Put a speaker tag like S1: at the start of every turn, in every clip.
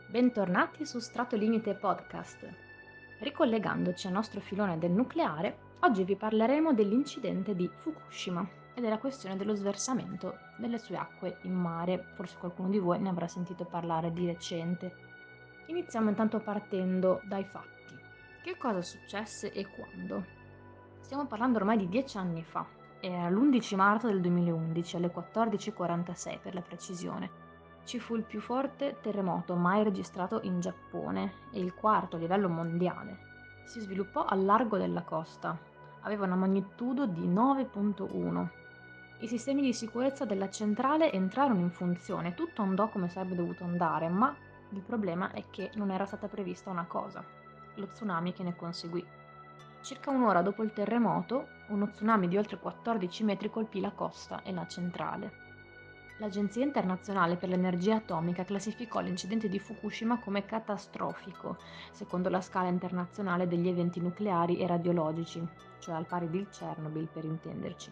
S1: Bentornati su Strato Limite Podcast. Ricollegandoci al nostro filone del nucleare, oggi vi parleremo dell'incidente di Fukushima e della questione dello sversamento delle sue acque in mare. Forse qualcuno di voi ne avrà sentito parlare di recente. Iniziamo intanto partendo dai fatti. Che cosa successe e quando? Stiamo parlando ormai di 10 anni fa. Era l'11 marzo del 2011 alle 14:46 per la precisione. Ci fu il più forte terremoto mai registrato in Giappone e il quarto a livello mondiale. Si sviluppò al largo della costa. Aveva una magnitudo di 9.1. I sistemi di sicurezza della centrale entrarono in funzione, tutto andò come sarebbe dovuto andare, ma il problema è che non era stata prevista una cosa: lo tsunami che ne conseguì. Circa un'ora dopo il terremoto, uno tsunami di oltre 14 metri colpì la costa e la centrale. L'Agenzia internazionale per l'energia atomica classificò l'incidente di Fukushima come catastrofico, secondo la scala internazionale degli eventi nucleari e radiologici, cioè al pari di Chernobyl per intenderci.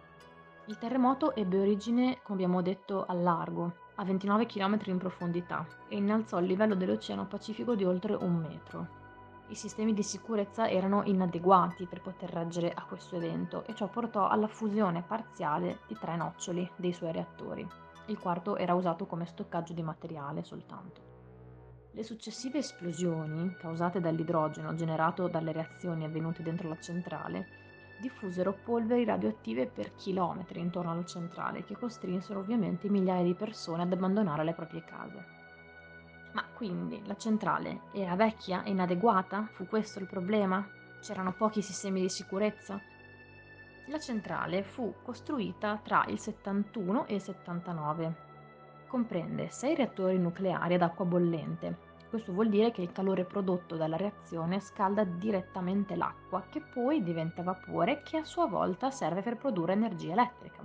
S1: Il terremoto ebbe origine, come abbiamo detto, al largo, a 29 km in profondità, e innalzò il livello dell'Oceano Pacifico di oltre un metro. I sistemi di sicurezza erano inadeguati per poter reggere a questo evento e ciò portò alla fusione parziale di 3 noccioli dei suoi reattori. Il quarto era usato come stoccaggio di materiale soltanto. Le successive esplosioni, causate dall'idrogeno generato dalle reazioni avvenute dentro la centrale, diffusero polveri radioattive per chilometri intorno alla centrale, che costrinsero ovviamente migliaia di persone ad abbandonare le proprie case. Ma quindi la centrale era vecchia e inadeguata? Fu questo il problema? C'erano pochi sistemi di sicurezza? La centrale fu costruita tra il 71 e il 79. Comprende 6 reattori nucleari ad acqua bollente. Questo vuol dire che il calore prodotto dalla reazione scalda direttamente l'acqua, che poi diventa vapore che a sua volta serve per produrre energia elettrica.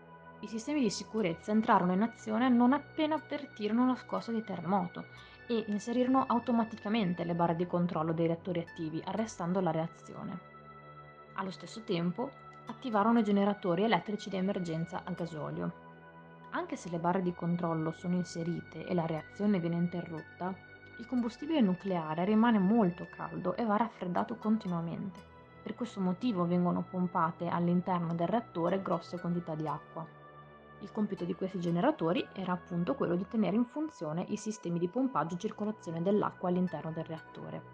S1: I sistemi di sicurezza entrarono in azione non appena avvertirono la scossa di terremoto e inserirono automaticamente le barre di controllo dei reattori attivi, arrestando la reazione. Allo stesso tempo, attivarono i generatori elettrici di emergenza a gasolio. Anche se le barre di controllo sono inserite e la reazione viene interrotta, il combustibile nucleare rimane molto caldo e va raffreddato continuamente. Per questo motivo vengono pompate all'interno del reattore grosse quantità di acqua. Il compito di questi generatori era appunto quello di tenere in funzione i sistemi di pompaggio e circolazione dell'acqua all'interno del reattore.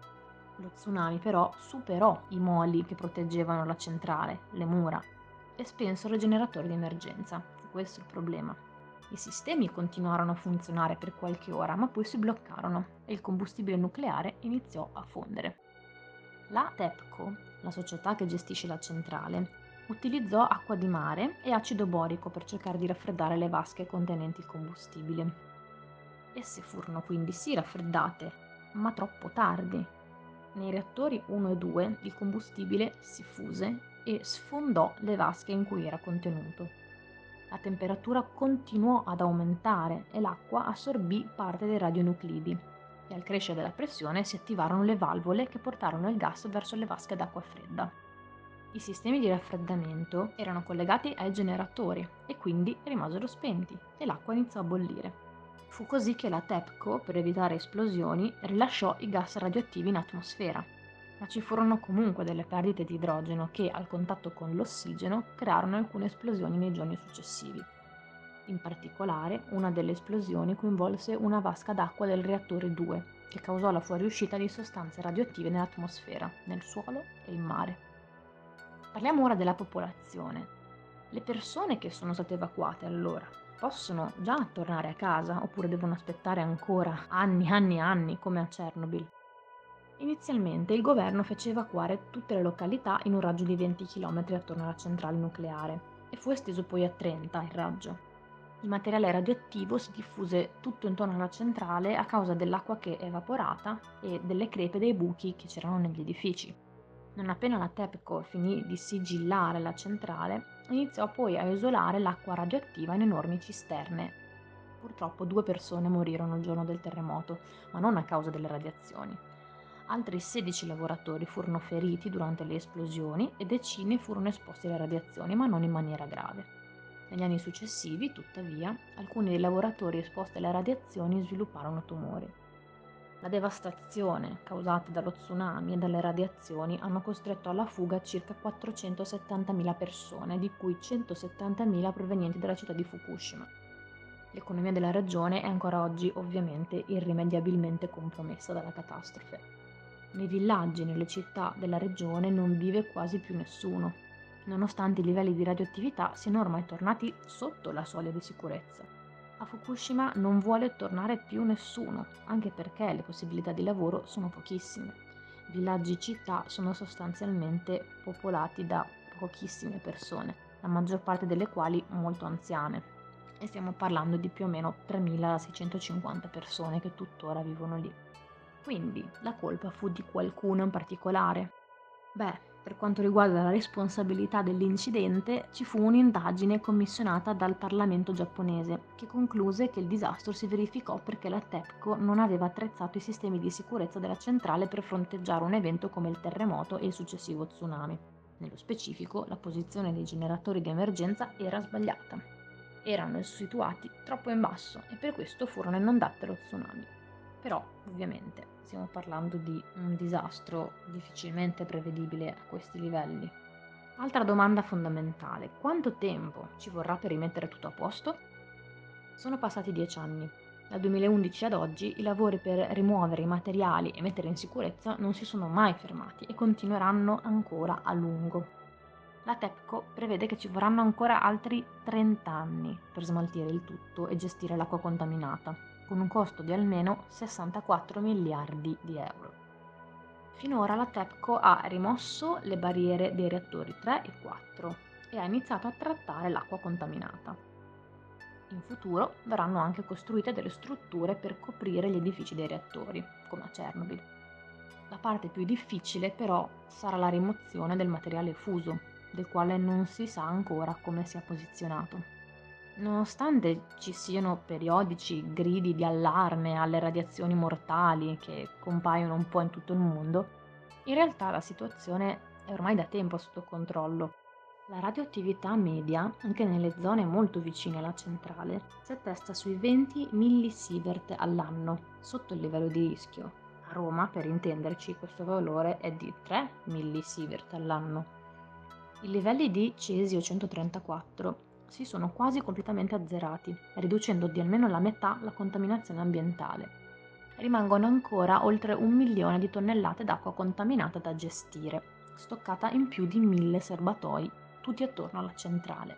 S1: Lo tsunami però superò i moli che proteggevano la centrale, le mura, e spensero i generatori di emergenza. Fu questo il problema. I sistemi continuarono a funzionare per qualche ora, ma poi si bloccarono e il combustibile nucleare iniziò a fondere. La TEPCO, la società che gestisce la centrale, utilizzò acqua di mare e acido borico per cercare di raffreddare le vasche contenenti il combustibile. Esse furono quindi sì raffreddate, ma troppo tardi. Nei reattori 1 e 2 il combustibile si fuse e sfondò le vasche in cui era contenuto. La temperatura continuò ad aumentare e l'acqua assorbì parte dei radionuclidi e al crescere della pressione si attivarono le valvole che portarono il gas verso le vasche d'acqua fredda. I sistemi di raffreddamento erano collegati ai generatori e quindi rimasero spenti e l'acqua iniziò a bollire. Fu così che la TEPCO, per evitare esplosioni, rilasciò i gas radioattivi in atmosfera. Ma ci furono comunque delle perdite di idrogeno che, al contatto con l'ossigeno, crearono alcune esplosioni nei giorni successivi. In particolare, una delle esplosioni coinvolse una vasca d'acqua del reattore 2, che causò la fuoriuscita di sostanze radioattive nell'atmosfera, nel suolo e in mare. Parliamo ora della popolazione. Le persone che sono state evacuate allora possono già tornare a casa oppure devono aspettare ancora anni, anni e anni come a Chernobyl? Inizialmente il governo fece evacuare tutte le località in un raggio di 20 km attorno alla centrale nucleare e fu esteso poi a 30 il raggio. Il materiale radioattivo si diffuse tutto intorno alla centrale a causa dell'acqua che è evaporata e delle crepe dei buchi che c'erano negli edifici. Non appena la TEPCO finì di sigillare la centrale, iniziò poi a isolare l'acqua radioattiva in enormi cisterne. Purtroppo 2 persone morirono il giorno del terremoto, ma non a causa delle radiazioni. Altri 16 lavoratori furono feriti durante le esplosioni e decine furono esposti alle radiazioni, ma non in maniera grave. Negli anni successivi, tuttavia, alcuni dei lavoratori esposti alle radiazioni svilupparono tumori. La devastazione causata dallo tsunami e dalle radiazioni hanno costretto alla fuga circa 470.000 persone, di cui 170.000 provenienti dalla città di Fukushima. L'economia della regione è ancora oggi ovviamente irrimediabilmente compromessa dalla catastrofe. Nei villaggi e nelle città della regione non vive quasi più nessuno, nonostante i livelli di radioattività siano ormai tornati sotto la soglia di sicurezza. A Fukushima non vuole tornare più nessuno, anche perché le possibilità di lavoro sono pochissime. Villaggi e città sono sostanzialmente popolati da pochissime persone, la maggior parte delle quali molto anziane. E stiamo parlando di più o meno 3.650 persone che tuttora vivono lì. Quindi la colpa fu di qualcuno in particolare? Beh, per quanto riguarda la responsabilità dell'incidente, ci fu un'indagine commissionata dal Parlamento giapponese, che concluse che il disastro si verificò perché la TEPCO non aveva attrezzato i sistemi di sicurezza della centrale per fronteggiare un evento come il terremoto e il successivo tsunami. Nello specifico, la posizione dei generatori di emergenza era sbagliata. Erano situati troppo in basso e per questo furono inondati dallo tsunami. Però, ovviamente, stiamo parlando di un disastro difficilmente prevedibile a questi livelli. Altra domanda fondamentale: quanto tempo ci vorrà per rimettere tutto a posto? Sono passati 10 anni. Dal 2011 ad oggi i lavori per rimuovere i materiali e mettere in sicurezza non si sono mai fermati e continueranno ancora a lungo. La TEPCO prevede che ci vorranno ancora altri 30 anni per smaltire il tutto e gestire l'acqua contaminata, con un costo di almeno 64 miliardi di euro. Finora la TEPCO ha rimosso le barriere dei reattori 3 e 4 e ha iniziato a trattare l'acqua contaminata. In futuro verranno anche costruite delle strutture per coprire gli edifici dei reattori, come a Chernobyl. La parte più difficile però sarà la rimozione del materiale fuso, del quale non si sa ancora come sia posizionato. Nonostante ci siano periodici gridi di allarme alle radiazioni mortali che compaiono un po' in tutto il mondo, in realtà la situazione è ormai da tempo sotto controllo. La radioattività media, anche nelle zone molto vicine alla centrale, si attesta sui 20 millisievert all'anno, sotto il livello di rischio. A Roma, per intenderci, questo valore è di 3 millisievert all'anno. I livelli di cesio 134 si sono quasi completamente azzerati, riducendo di almeno la metà la contaminazione ambientale. Rimangono ancora oltre 1 milione di tonnellate d'acqua contaminata da gestire, stoccata in più di 1.000 serbatoi, tutti attorno alla centrale.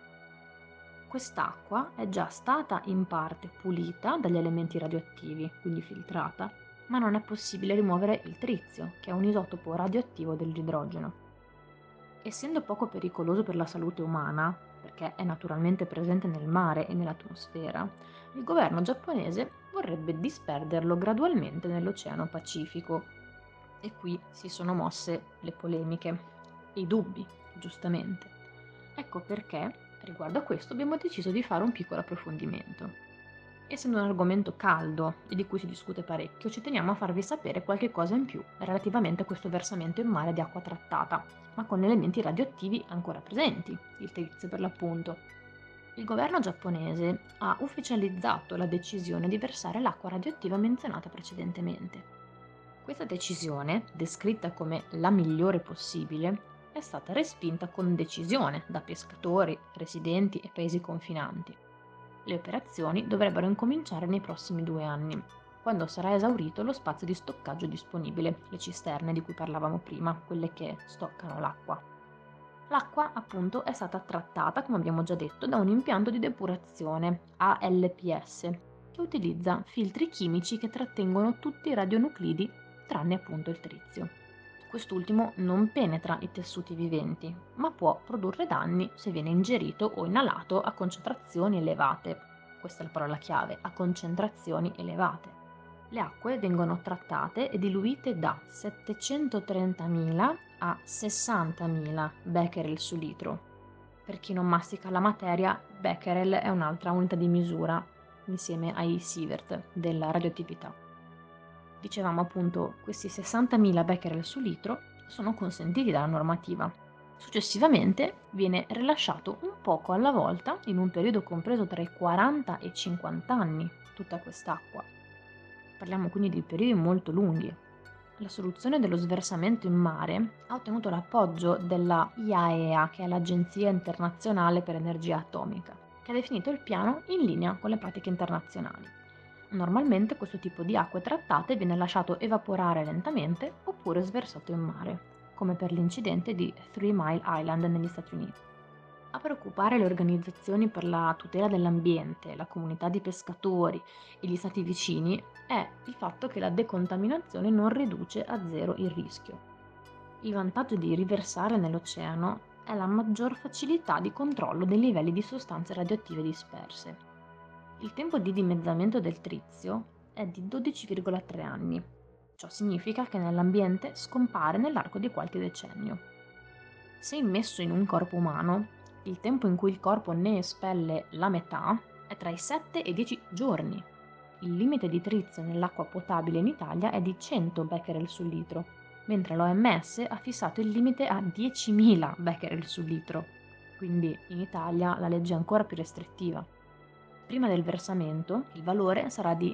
S1: Quest'acqua è già stata in parte pulita dagli elementi radioattivi, quindi filtrata, ma non è possibile rimuovere il trizio, che è un isotopo radioattivo dell'idrogeno. Essendo poco pericoloso per la salute umana, perché è naturalmente presente nel mare e nell'atmosfera, il governo giapponese vorrebbe disperderlo gradualmente nell'Oceano Pacifico. E qui si sono mosse le polemiche e i dubbi, giustamente. Ecco perché, riguardo a questo, abbiamo deciso di fare un piccolo approfondimento. Essendo un argomento caldo e di cui si discute parecchio, ci teniamo a farvi sapere qualche cosa in più relativamente a questo versamento in mare di acqua trattata, ma con elementi radioattivi ancora presenti, il trizio per l'appunto. Il governo giapponese ha ufficializzato la decisione di versare l'acqua radioattiva menzionata precedentemente. Questa decisione, descritta come la migliore possibile, è stata respinta con decisione da pescatori, residenti e paesi confinanti. Le operazioni dovrebbero incominciare nei prossimi 2 anni, quando sarà esaurito lo spazio di stoccaggio disponibile, le cisterne di cui parlavamo prima, quelle che stoccano l'acqua. L'acqua, appunto, è stata trattata, come abbiamo già detto, da un impianto di depurazione, ALPS, che utilizza filtri chimici che trattengono tutti i radionuclidi, tranne appunto il trizio. Quest'ultimo non penetra i tessuti viventi, ma può produrre danni se viene ingerito o inalato a concentrazioni elevate. Questa è la parola chiave, a concentrazioni elevate. Le acque vengono trattate e diluite da 730.000 a 60.000 becquerel su litro. Per chi non mastica la materia, becquerel è un'altra unità di misura, insieme ai sievert, della radioattività. Dicevamo appunto, questi 60.000 becquerel su litro sono consentiti dalla normativa. Successivamente viene rilasciato un poco alla volta, in un periodo compreso tra i 40 e i 50 anni, tutta quest'acqua. Parliamo quindi di periodi molto lunghi. La soluzione dello sversamento in mare ha ottenuto l'appoggio della IAEA, che è l'Agenzia Internazionale per Energia Atomica, che ha definito il piano in linea con le pratiche internazionali. Normalmente questo tipo di acque trattate viene lasciato evaporare lentamente oppure sversato in mare, come per l'incidente di Three Mile Island negli Stati Uniti. A preoccupare le organizzazioni per la tutela dell'ambiente, la comunità di pescatori e gli stati vicini è il fatto che la decontaminazione non riduce a zero il rischio. Il vantaggio di riversare nell'oceano è la maggior facilità di controllo dei livelli di sostanze radioattive disperse. Il tempo di dimezzamento del trizio è di 12,3 anni. Ciò significa che nell'ambiente scompare nell'arco di qualche decennio. Se immesso in un corpo umano, il tempo in cui il corpo ne espelle la metà è tra i 7 e i 10 giorni. Il limite di trizio nell'acqua potabile in Italia è di 100 becquerel sul litro, mentre l'OMS ha fissato il limite a 10.000 becquerel sul litro. Quindi in Italia la legge è ancora più restrittiva. Prima del versamento, il valore sarà di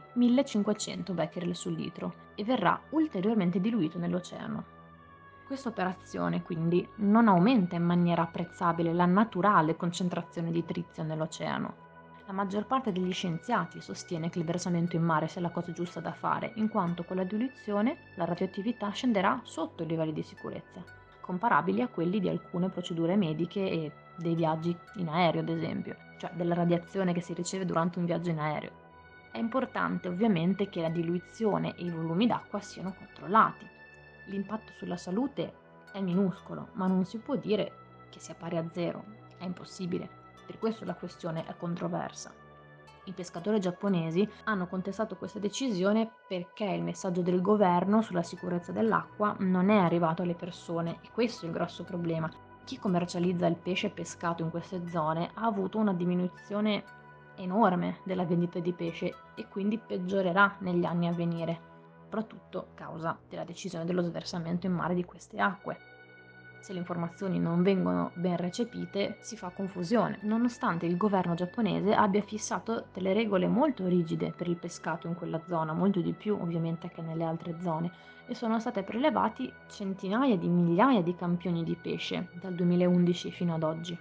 S1: 1500 becquerel sul litro e verrà ulteriormente diluito nell'oceano. Questa operazione quindi non aumenta in maniera apprezzabile la naturale concentrazione di trizio nell'oceano. La maggior parte degli scienziati sostiene che il versamento in mare sia la cosa giusta da fare, in quanto con la diluizione la radioattività scenderà sotto i livelli di sicurezza, comparabili a quelli di alcune procedure mediche e dei viaggi in aereo, ad esempio, cioè della radiazione che si riceve durante un viaggio in aereo. È importante ovviamente che la diluizione e i volumi d'acqua siano controllati. L'impatto sulla salute è minuscolo, ma non si può dire che sia pari a zero, è impossibile. Per questo la questione è controversa. I pescatori giapponesi hanno contestato questa decisione perché il messaggio del governo sulla sicurezza dell'acqua non è arrivato alle persone e questo è il grosso problema. Chi commercializza il pesce pescato in queste zone ha avuto una diminuzione enorme della vendita di pesce e quindi peggiorerà negli anni a venire, soprattutto a causa della decisione dello sversamento in mare di queste acque. Se le informazioni non vengono ben recepite, si fa confusione, nonostante il governo giapponese abbia fissato delle regole molto rigide per il pescato in quella zona, molto di più ovviamente che nelle altre zone, e sono state prelevati centinaia di migliaia di campioni di pesce dal 2011 fino ad oggi.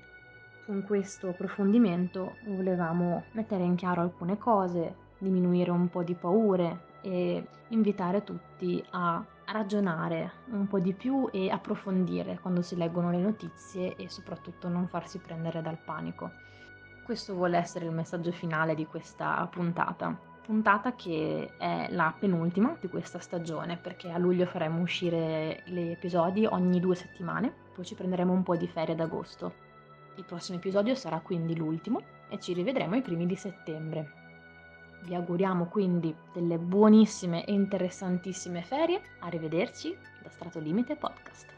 S1: Con questo approfondimento volevamo mettere in chiaro alcune cose, diminuire un po' di paure e invitare tutti a ragionare un po' di più e approfondire quando si leggono le notizie e soprattutto non farsi prendere dal panico. Questo vuole essere il messaggio finale di questa puntata che è la penultima di questa stagione perché a luglio faremo uscire gli episodi ogni 2 settimane, poi ci prenderemo un po' di ferie ad agosto. Il prossimo episodio sarà quindi l'ultimo e ci rivedremo ai primi di settembre. Vi auguriamo quindi delle buonissime e interessantissime ferie. Arrivederci da Strato Limite Podcast.